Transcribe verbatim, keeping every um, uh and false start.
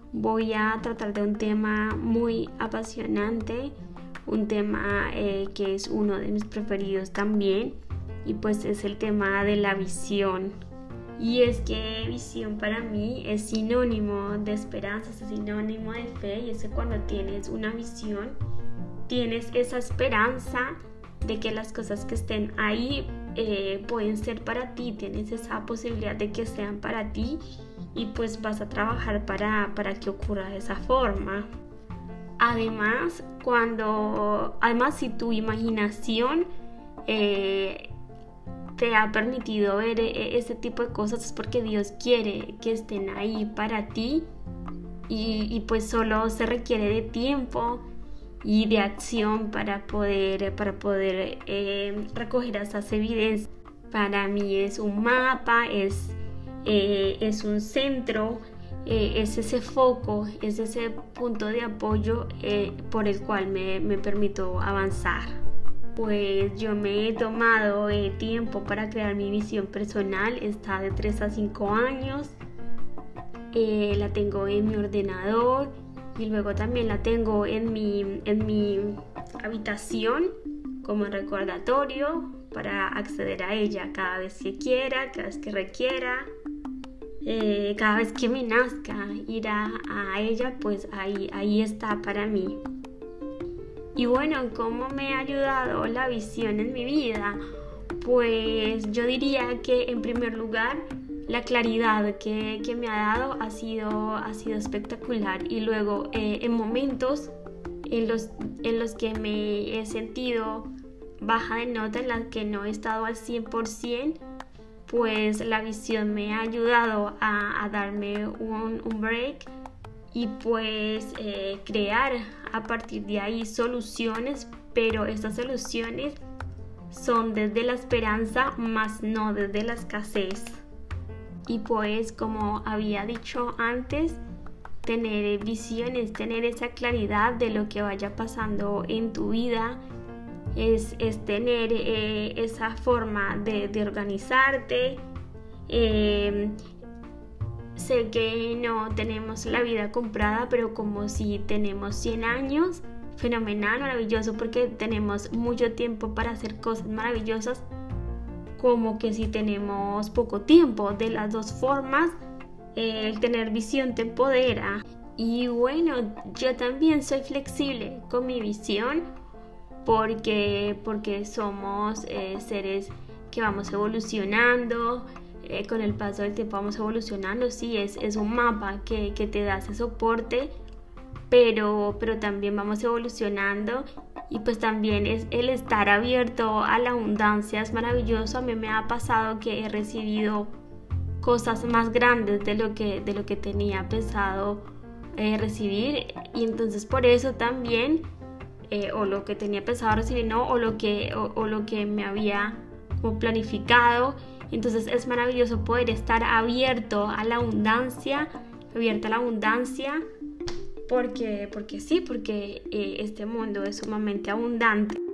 voy a tratar de un tema muy apasionante, un tema eh, que es uno de mis preferidos también, y pues es el tema de la visión. Y es que visión para mí es sinónimo de esperanza, es sinónimo de fe, y es que cuando tienes una visión, tienes esa esperanza de que las cosas que estén ahí eh, pueden ser para ti, tienes esa posibilidad de que sean para ti, y pues vas a trabajar para, para que ocurra de esa forma. Además, cuando, además si tu imaginación eh, te ha permitido ver ese tipo de cosas, es porque Dios quiere que estén ahí para ti, y, y pues solo se requiere de tiempo y de acción para poder, para poder eh, recoger esas evidencias. Para mí es un mapa, es, eh, es un centro, eh, es ese foco, es ese punto de apoyo eh, por el cual me, me permito avanzar. Pues yo me he tomado eh, tiempo para crear mi visión personal, está de tres a cinco años, eh, la tengo en mi ordenador y luego también la tengo en mi, en mi habitación como recordatorio para acceder a ella cada vez que quiera, cada vez que requiera, eh, cada vez que me nazca ir a, a ella, pues ahí, ahí está para mí. Y bueno, ¿cómo me ha ayudado la visión en mi vida? Pues yo diría que en primer lugar la claridad que, que me ha dado ha sido, ha sido espectacular, y luego eh, en momentos en los, en los que me he sentido baja de nota, en las que no he estado al cien por ciento, pues la visión me ha ayudado a, a darme un, un break y pues eh, crear a partir de ahí soluciones, pero estas soluciones son desde la esperanza, más no desde la escasez. Y pues como había dicho antes, tener visiones, tener esa claridad de lo que vaya pasando en tu vida, es, es tener eh, esa forma de, de organizarte. Eh, sé que no tenemos la vida comprada, pero como si tenemos cien años, fenomenal, maravilloso, porque tenemos mucho tiempo para hacer cosas maravillosas, como que si tenemos poco tiempo. De las dos formas, eh, el tener visión te empodera. Y bueno, yo también soy flexible con mi visión, porque, porque somos eh, seres que vamos evolucionando. Eh, con el paso del tiempo vamos evolucionando, sí, es, es un mapa que, que te da ese soporte, pero, pero también vamos evolucionando, y pues también es el estar abierto a la abundancia, es maravilloso. A mí me ha pasado que he recibido cosas más grandes de lo que, de lo que tenía pensado eh, recibir, y entonces por eso también, eh, o lo que tenía pensado recibir, no, o lo que, o, o lo que me había como planificado. Entonces es maravilloso poder estar abierto a la abundancia, abierto a la abundancia, porque, porque sí, porque eh, este mundo es sumamente abundante.